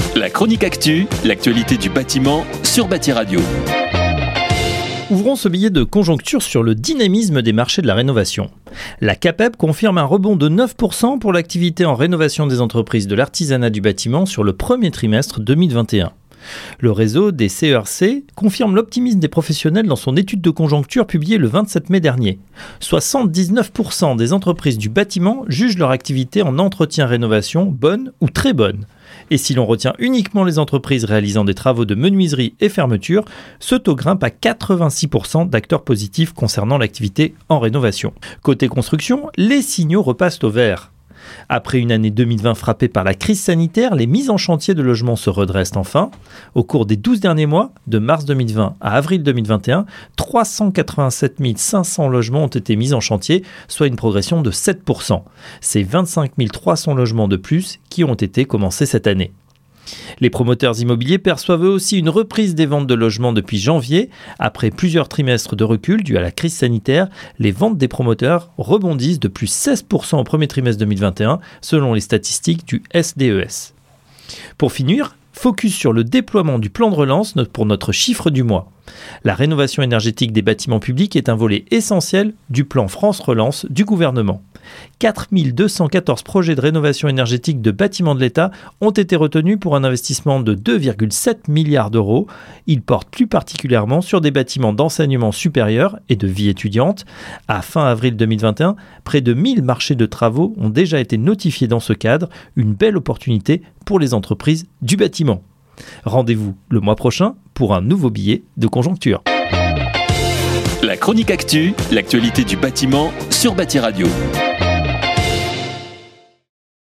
La chronique actu, l'actualité du bâtiment sur Bâti Radio. Ouvrons ce billet de conjoncture sur le dynamisme des marchés de la rénovation. La CAPEB confirme un rebond de 9% pour l'activité en rénovation des entreprises de l'artisanat du bâtiment sur le premier trimestre 2021. Le réseau des CERC confirme l'optimisme des professionnels dans son étude de conjoncture publiée le 27 mai dernier. 79% des entreprises du bâtiment jugent leur activité en entretien-rénovation bonne ou très bonne. Et si l'on retient uniquement les entreprises réalisant des travaux de menuiserie et fermeture, ce taux grimpe à 86% d'acteurs positifs concernant l'activité en rénovation. Côté construction, les signaux repassent au vert. Après une année 2020 frappée par la crise sanitaire, les mises en chantier de logements se redressent enfin. Au cours des 12 derniers mois, de mars 2020 à avril 2021, 387 500 logements ont été mis en chantier, soit une progression de 7%. C'est 25 300 logements de plus qui ont été commencés cette année. Les promoteurs immobiliers perçoivent eux aussi une reprise des ventes de logements depuis janvier. Après plusieurs trimestres de recul dû à la crise sanitaire, les ventes des promoteurs rebondissent de plus 16% au premier trimestre 2021, selon les statistiques du SDES. Pour finir, focus sur le déploiement du plan de relance pour notre chiffre du mois. La rénovation énergétique des bâtiments publics est un volet essentiel du plan France Relance du gouvernement. 4 214 projets de rénovation énergétique de bâtiments de l'État ont été retenus pour un investissement de 2,7 milliards d'euros. Ils portent plus particulièrement sur des bâtiments d'enseignement supérieur et de vie étudiante. À fin avril 2021, près de 1000 marchés de travaux ont déjà été notifiés dans ce cadre, une belle opportunité pour les entreprises du bâtiment. Rendez-vous le mois prochain pour un nouveau billet de conjoncture. La chronique actu, l'actualité du bâtiment sur Bâti Radio.